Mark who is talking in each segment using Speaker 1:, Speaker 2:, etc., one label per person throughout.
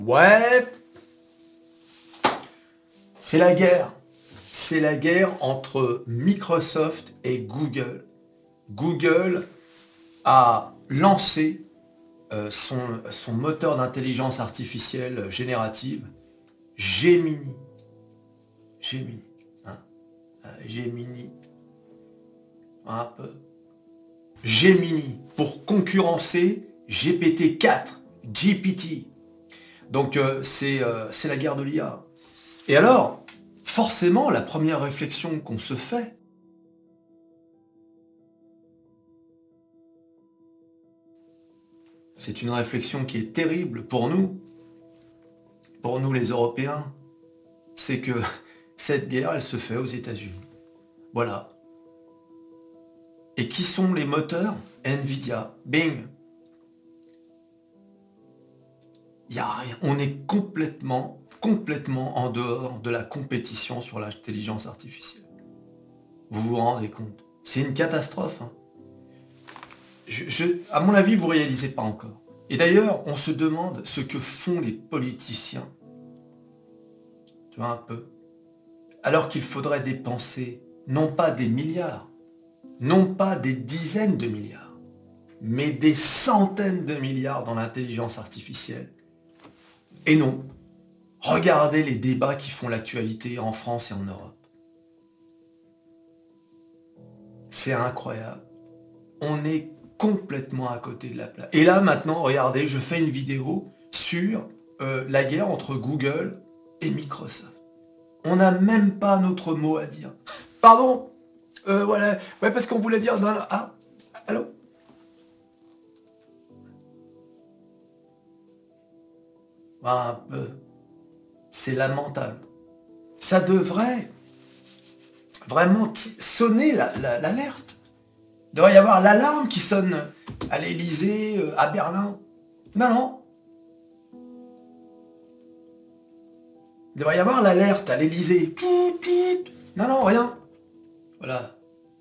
Speaker 1: Ouais, c'est la guerre. C'est la guerre entre Microsoft et Google. Google a lancé son moteur d'intelligence artificielle générative, Gemini. Gemini. Hein, Gemini. Un peu. Gemini pour concurrencer GPT-4, GPT. Donc c'est la guerre de l'IA. Et alors, forcément, la première réflexion qu'on se fait, c'est une réflexion qui est terrible pour nous les Européens, c'est que cette guerre, elle se fait aux États-Unis. Voilà. Et qui sont les moteurs? Nvidia, Bing. Il n'y a rien. On est complètement en dehors de la compétition sur l'intelligence artificielle. Vous vous rendez compte? C'est une catastrophe. Hein. À mon avis, vous ne réalisez pas encore. Et d'ailleurs, on se demande ce que font les politiciens. Tu vois un peu? Alors qu'il faudrait dépenser non pas des milliards, non pas des dizaines de milliards, mais des centaines de milliards dans l'intelligence artificielle. Et non, regardez les débats qui font l'actualité en France et en Europe. C'est incroyable. On est complètement à côté de la plaque. Et là, maintenant, regardez, je fais une vidéo sur la guerre entre Google et Microsoft. On n'a même pas notre mot à dire. Pardon, voilà. Ouais, parce qu'on voulait dire... Non, non, ah, allô? Un peu. C'est lamentable. Ça devrait vraiment sonner l'alerte. Il devrait y avoir l'alarme qui sonne à l'Elysée, à Berlin. Non, non. Il devrait y avoir l'alerte à l'Elysée. Non, non, rien. Voilà.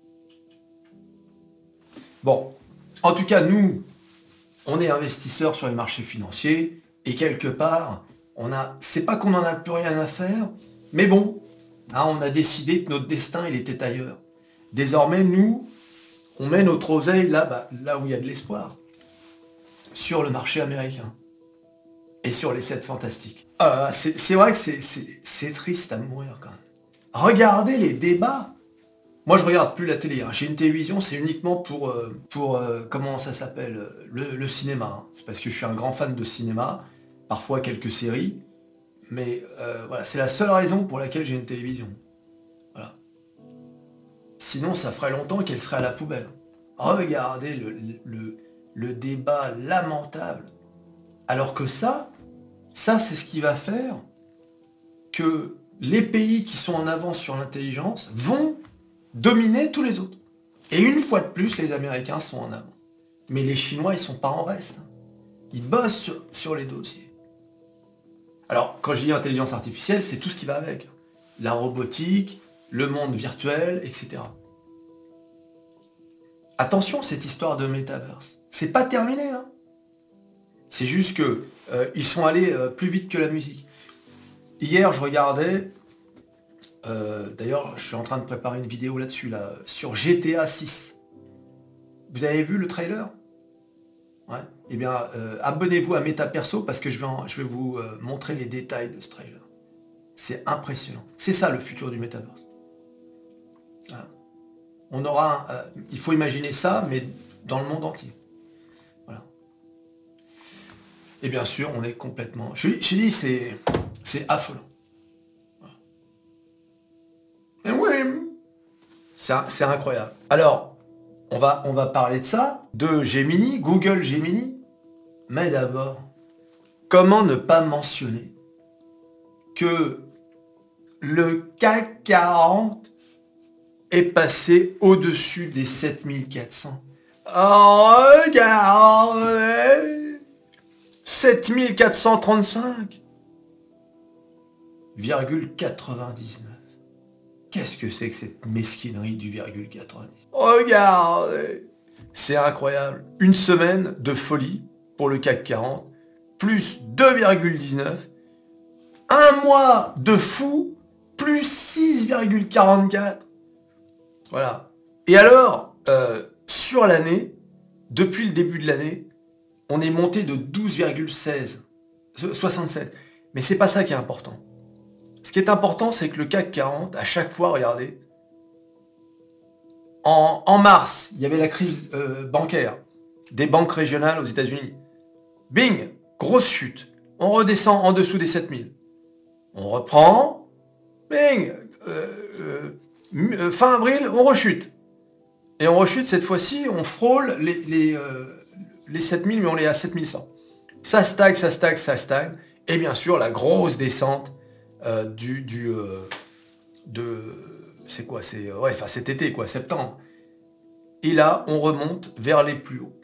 Speaker 1: Bon. En tout cas, nous, on est investisseurs sur les marchés financiers et quelque part, c'est pas qu'on n'en a plus rien à faire, mais bon, hein, on a décidé que notre destin, il était ailleurs. Désormais, nous, on met notre oseille là où il y a de l'espoir, sur le marché américain et sur les 7 fantastiques. C'est vrai que c'est triste à mourir quand même. Regardez les débats. Moi, je regarde plus la télé. Hein. J'ai une télévision, c'est uniquement pour comment ça s'appelle, le cinéma. Hein. C'est parce que je suis un grand fan de cinéma, parfois quelques séries, mais voilà, c'est la seule raison pour laquelle j'ai une télévision. Voilà. Sinon, ça ferait longtemps qu'elle serait à la poubelle. Regardez le débat lamentable. Alors que ça c'est ce qui va faire que les pays qui sont en avance sur l'intelligence vont dominer tous les autres. Et une fois de plus, les Américains sont en avance. Mais les Chinois, ils sont pas en reste. Ils bossent sur les dossiers. Alors, quand je dis intelligence artificielle, c'est tout ce qui va avec. La robotique, le monde virtuel, etc. Attention, cette histoire de Metaverse. C'est pas terminé, hein. C'est juste que ils sont allés plus vite que la musique. Hier, je regardais... D'ailleurs, je suis en train de préparer une vidéo là-dessus, sur GTA 6. Vous avez vu le trailer? Ouais. Eh bien, abonnez-vous à MetaPerso parce que je vais vous montrer les détails de ce trailer. C'est impressionnant. C'est ça le futur du Metaverse. Voilà. On aura... il faut imaginer ça, mais dans le monde entier. Voilà. Et bien sûr, on est complètement... Je dis, c'est affolant. C'est incroyable. Alors, on va parler de ça, de Gemini, Google Gemini. Mais d'abord, comment ne pas mentionner que le CAC 40 est passé au-dessus des 7400. Oh, regardez 7435,99. Qu'est-ce que c'est que cette mesquinerie du virgule 90? Regardez! C'est incroyable. Une semaine de folie pour le CAC 40. plus 2,19. Un mois de fou, plus 6,44. Voilà. Et alors, sur l'année, depuis le début de l'année, on est monté de 12,67. Mais c'est pas ça qui est important. Ce qui est important, c'est que le CAC 40, à chaque fois, regardez, en mars, il y avait la crise bancaire des banques régionales aux États-Unis. Bing, grosse chute. On redescend en dessous des 7000. On reprend. Bing, fin avril, on rechute. Et on rechute cette fois-ci, on frôle les 7000, mais on est à 7100. Ça stagne, ça stagne, ça stagne. Et bien sûr, la grosse descente c'est quoi, c'est cet été, quoi, septembre. Et là, on remonte vers les plus hauts.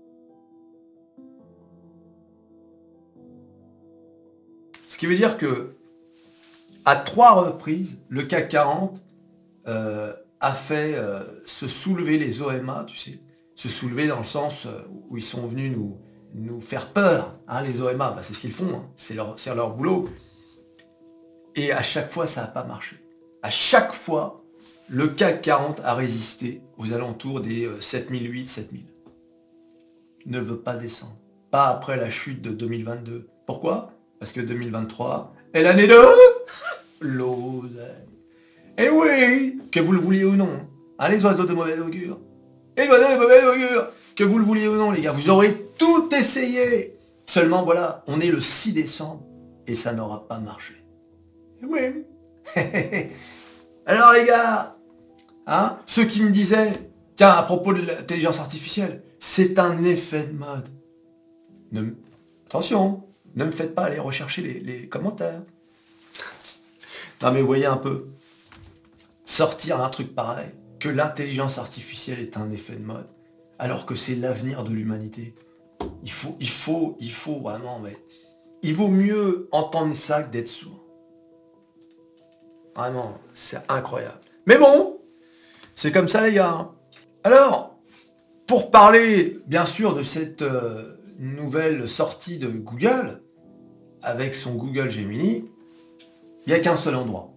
Speaker 1: Ce qui veut dire que à 3 reprises, le CAC 40 a fait se soulever les OMA, tu sais, se soulever dans le sens où ils sont venus nous faire peur, hein, les OMA, bah, c'est ce qu'ils font, hein, c'est leur boulot. Et à chaque fois, ça n'a pas marché. À chaque fois, le CAC 40 a résisté aux alentours des 7008, 7000. Ne veut pas descendre. Pas après la chute de 2022. Pourquoi? Parce que 2023 est l'année de l'oseille. Et oui, que vous le vouliez ou non, hein, les oiseaux de mauvais augure. Et voilà, de mauvais augure. Que vous le vouliez ou non, les gars, vous aurez tout essayé. Seulement, voilà, on est le 6 décembre et ça n'aura pas marché. Oui. Alors les gars, hein, ceux qui me disaient, tiens, à propos de l'intelligence artificielle, c'est un effet de mode. Attention, ne me faites pas aller rechercher les commentaires. Non mais vous voyez un peu, sortir un truc pareil, que l'intelligence artificielle est un effet de mode, alors que c'est l'avenir de l'humanité. Il faut vraiment, mais il vaut mieux entendre ça que d'être sourd. Vraiment, c'est incroyable. Mais bon, c'est comme ça les gars. Hein. Alors, pour parler bien sûr de cette nouvelle sortie de Google, avec son Google Gemini, il n'y a qu'un seul endroit.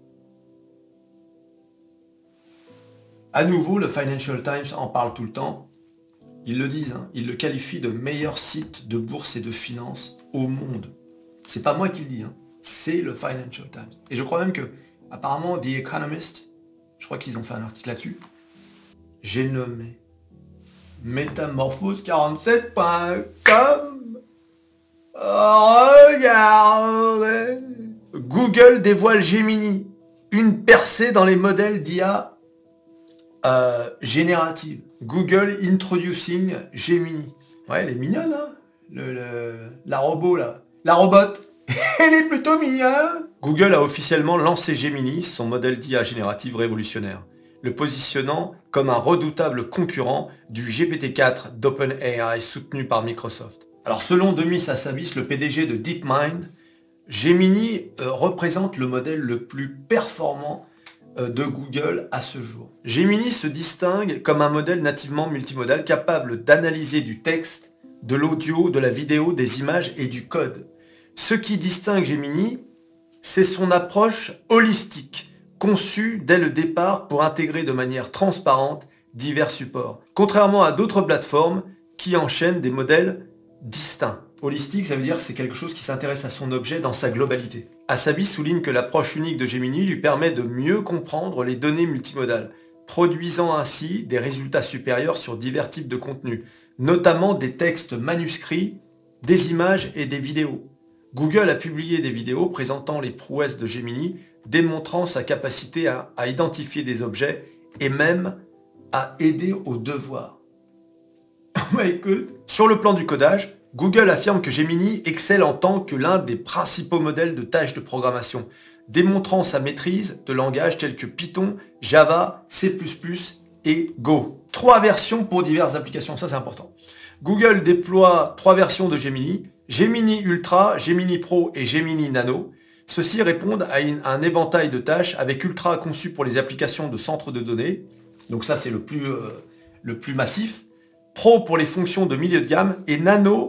Speaker 1: À nouveau, le Financial Times en parle tout le temps. Ils le disent, hein, ils le qualifient de meilleur site de bourse et de finance au monde. C'est pas moi qui le dis, hein, c'est le Financial Times. Et je crois même que apparemment, The Economist, je crois qu'ils ont fait un article là-dessus. J'ai nommé métamorphose47.com. Regardez. Google dévoile Gemini, une percée dans les modèles d'IA générative. Google introducing Gemini. Ouais, elle est mignonne, hein, la robot là. La robote. Elle est plutôt mignonne. Google a officiellement lancé Gemini, son modèle d'IA générative révolutionnaire, le positionnant comme un redoutable concurrent du GPT-4 d'OpenAI soutenu par Microsoft. Alors selon Demis Hassabis, le PDG de DeepMind, Gemini représente le modèle le plus performant de Google à ce jour. Gemini se distingue comme un modèle nativement multimodal capable d'analyser du texte, de l'audio, de la vidéo, des images et du code. Ce qui distingue Gemini, c'est son approche holistique, conçue dès le départ pour intégrer de manière transparente divers supports, contrairement à d'autres plateformes qui enchaînent des modèles distincts. Holistique, ça veut dire que c'est quelque chose qui s'intéresse à son objet dans sa globalité. Hassabis souligne que l'approche unique de Gemini lui permet de mieux comprendre les données multimodales, produisant ainsi des résultats supérieurs sur divers types de contenus, notamment des textes manuscrits, des images et des vidéos. Google a publié des vidéos présentant les prouesses de Gemini, démontrant sa capacité à identifier des objets et même à aider au devoir. Oh my God. Sur le plan du codage, Google affirme que Gemini excelle en tant que l'un des principaux modèles de tâches de programmation, démontrant sa maîtrise de langages tels que Python, Java, C++ et Go. 3 versions pour diverses applications, ça c'est important. Google déploie 3 versions de Gemini, Gemini Ultra, Gemini Pro et Gemini Nano. Ceux-ci répondent à un éventail de tâches avec Ultra conçu pour les applications de centres de données. Donc ça c'est le plus massif. Pro pour les fonctions de milieu de gamme et Nano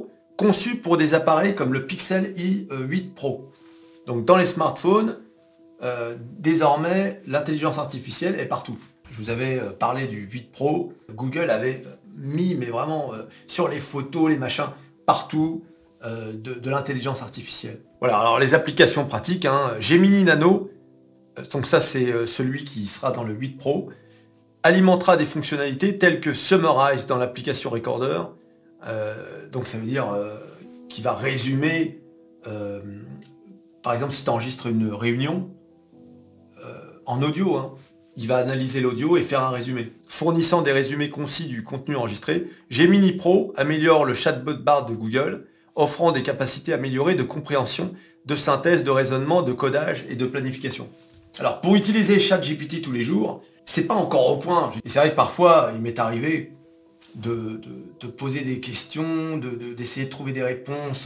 Speaker 1: conçu pour des appareils comme le Pixel i8 Pro. Donc dans les smartphones, désormais, l'intelligence artificielle est partout. Je vous avais parlé du 8 Pro. Google avait mis, mais vraiment, sur les photos, les machins, partout, de l'intelligence artificielle. Voilà, alors les applications pratiques, hein, Gemini Nano, donc ça c'est celui qui sera dans le 8 Pro, alimentera des fonctionnalités telles que Summarize dans l'application Recorder, donc ça veut dire qu'il va résumer, par exemple si tu enregistres une réunion, en audio, hein, il va analyser l'audio et faire un résumé. Fournissant des résumés concis du contenu enregistré, Gemini Pro améliore le chatbot Bard de Google, offrant des capacités améliorées de compréhension, de synthèse, de raisonnement, de codage et de planification. Alors pour utiliser ChatGPT tous les jours, c'est pas encore au point. Et c'est vrai que parfois, il m'est arrivé de poser des questions, d'essayer de trouver des réponses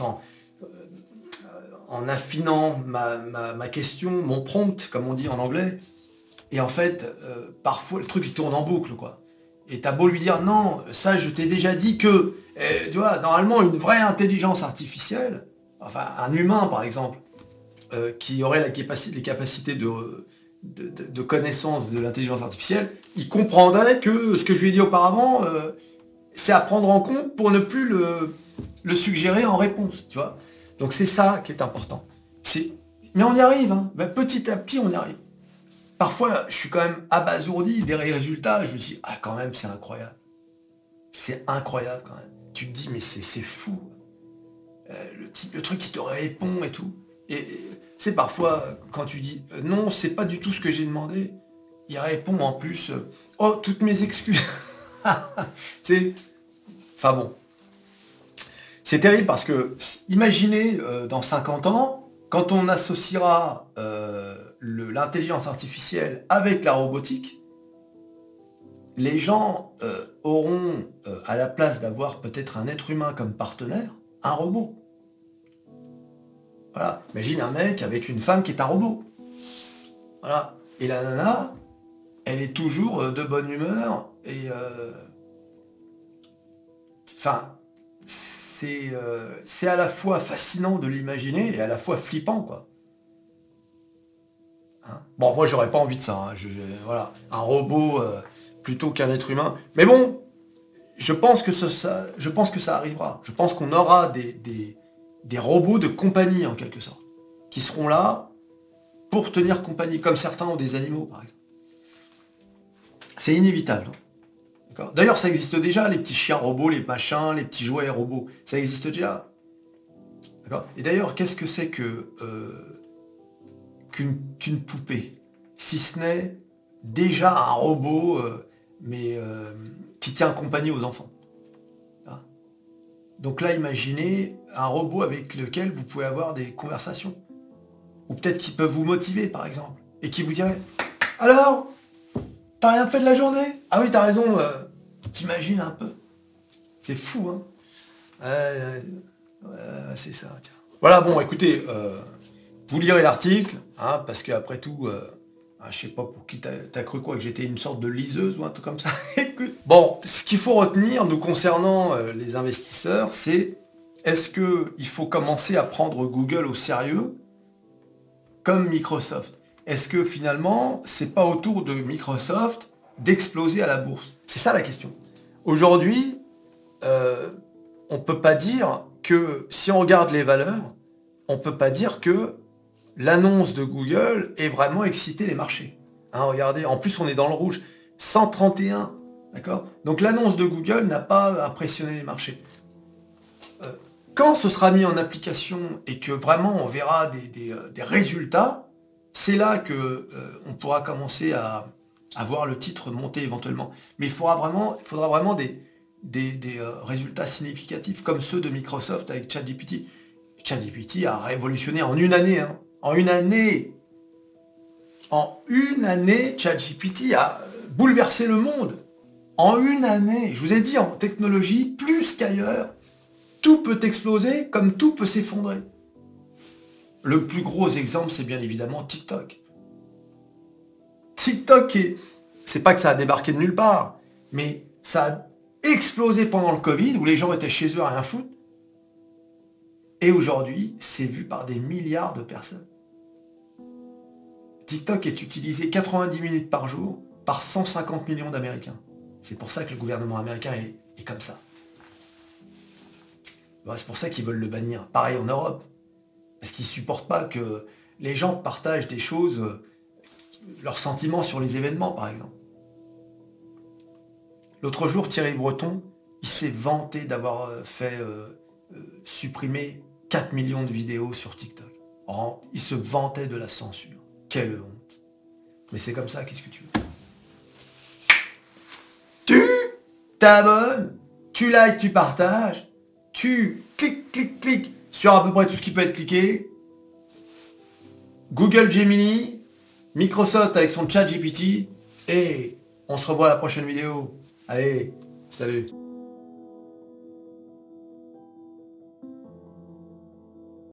Speaker 1: en affinant ma question, mon prompt, comme on dit en anglais. Et en fait, parfois, le truc, il tourne en boucle, quoi. Et t'as beau lui dire, non, ça, je t'ai déjà dit que... tu vois, normalement, une vraie intelligence artificielle, enfin, un humain, par exemple, qui aurait les capacités de connaissance de l'intelligence artificielle, il comprendrait que ce que je lui ai dit auparavant, c'est à prendre en compte pour ne plus le suggérer en réponse, tu vois. Donc c'est ça qui est important. Mais on y arrive, hein. Ben, petit à petit on y arrive. Parfois je suis quand même abasourdi des résultats, je me dis, ah quand même c'est incroyable. C'est incroyable quand même. Tu te dis mais c'est fou. Le truc qui te répond et tout. Et c'est parfois quand tu dis non, c'est pas du tout ce que j'ai demandé, il répond en plus oh toutes mes excuses. C'est. Enfin bon. C'est terrible parce que, imaginez dans 50 ans, quand on associera l'intelligence artificielle avec la robotique, les gens auront, à la place d'avoir peut-être un être humain comme partenaire, un robot. Voilà. Imagine un mec avec une femme qui est un robot. Voilà. Et la nana, elle est toujours de bonne humeur et... Enfin... c'est à la fois fascinant de l'imaginer et à la fois flippant, quoi. Hein, bon, moi, j'aurais pas envie de ça. Hein. Voilà, un robot plutôt qu'un être humain. Mais bon, je pense que ça arrivera. Je pense qu'on aura des robots de compagnie, en quelque sorte, qui seront là pour tenir compagnie, comme certains ont des animaux, par exemple. C'est inévitable. Hein. D'ailleurs, ça existe déjà, les petits chiens robots, les machins, les petits jouets robots. Ça existe déjà. Et d'ailleurs, qu'est-ce que c'est qu'une poupée? Si ce n'est déjà un robot, qui tient compagnie aux enfants. Donc là, imaginez un robot avec lequel vous pouvez avoir des conversations. Ou peut-être qui peuvent vous motiver, par exemple. Et qui vous dirait « Alors, t'as rien fait de la journée? Ah oui, t'as raison, t'imagines un peu. » C'est fou, hein. C'est ça, tiens. Voilà, bon, écoutez, vous lirez l'article, hein, parce qu'après tout, je sais pas pour qui t'as cru quoi, que j'étais une sorte de liseuse ou un truc comme ça. Bon, ce qu'il faut retenir, nous concernant les investisseurs, c'est est-ce qu'il faut commencer à prendre Google au sérieux comme Microsoft? Est-ce que finalement, c'est pas au tour de Microsoft d'exploser à la bourse? C'est ça la question. Aujourd'hui, on peut pas dire que, si on regarde les valeurs, on peut pas dire que l'annonce de Google ait vraiment excité les marchés. Hein, regardez, en plus on est dans le rouge. 131, d'accord? Donc l'annonce de Google n'a pas impressionné les marchés. Quand ce sera mis en application et que vraiment on verra des résultats, c'est là que on pourra commencer à voir le titre monter éventuellement. Mais il faudra vraiment des résultats significatifs, comme ceux de Microsoft avec ChatGPT. ChatGPT a révolutionné en une année. Hein. En une année, ChatGPT a bouleversé le monde. En une année, je vous ai dit, en technologie, plus qu'ailleurs, tout peut exploser comme tout peut s'effondrer. Le plus gros exemple, c'est bien évidemment TikTok. TikTok, c'est pas que ça a débarqué de nulle part, mais ça a explosé pendant le Covid, où les gens étaient chez eux à rien foutre. Et aujourd'hui, c'est vu par des milliards de personnes. TikTok est utilisé 90 minutes par jour par 150 millions d'Américains. C'est pour ça que le gouvernement américain est comme ça. C'est pour ça qu'ils veulent le bannir. Pareil en Europe. Parce qu'ils ne supportent pas que les gens partagent des choses, leurs sentiments sur les événements, par exemple. L'autre jour, Thierry Breton, il s'est vanté d'avoir fait supprimer 4 millions de vidéos sur TikTok. Il se vantait de la censure. Quelle honte. Mais c'est comme ça, qu'est-ce que tu veux? Tu t'abonnes, tu likes, tu partages, tu cliques sur à peu près tout ce qui peut être cliqué. Google Gemini, Microsoft avec son chat GPT, et on se revoit à la prochaine vidéo. Allez, salut.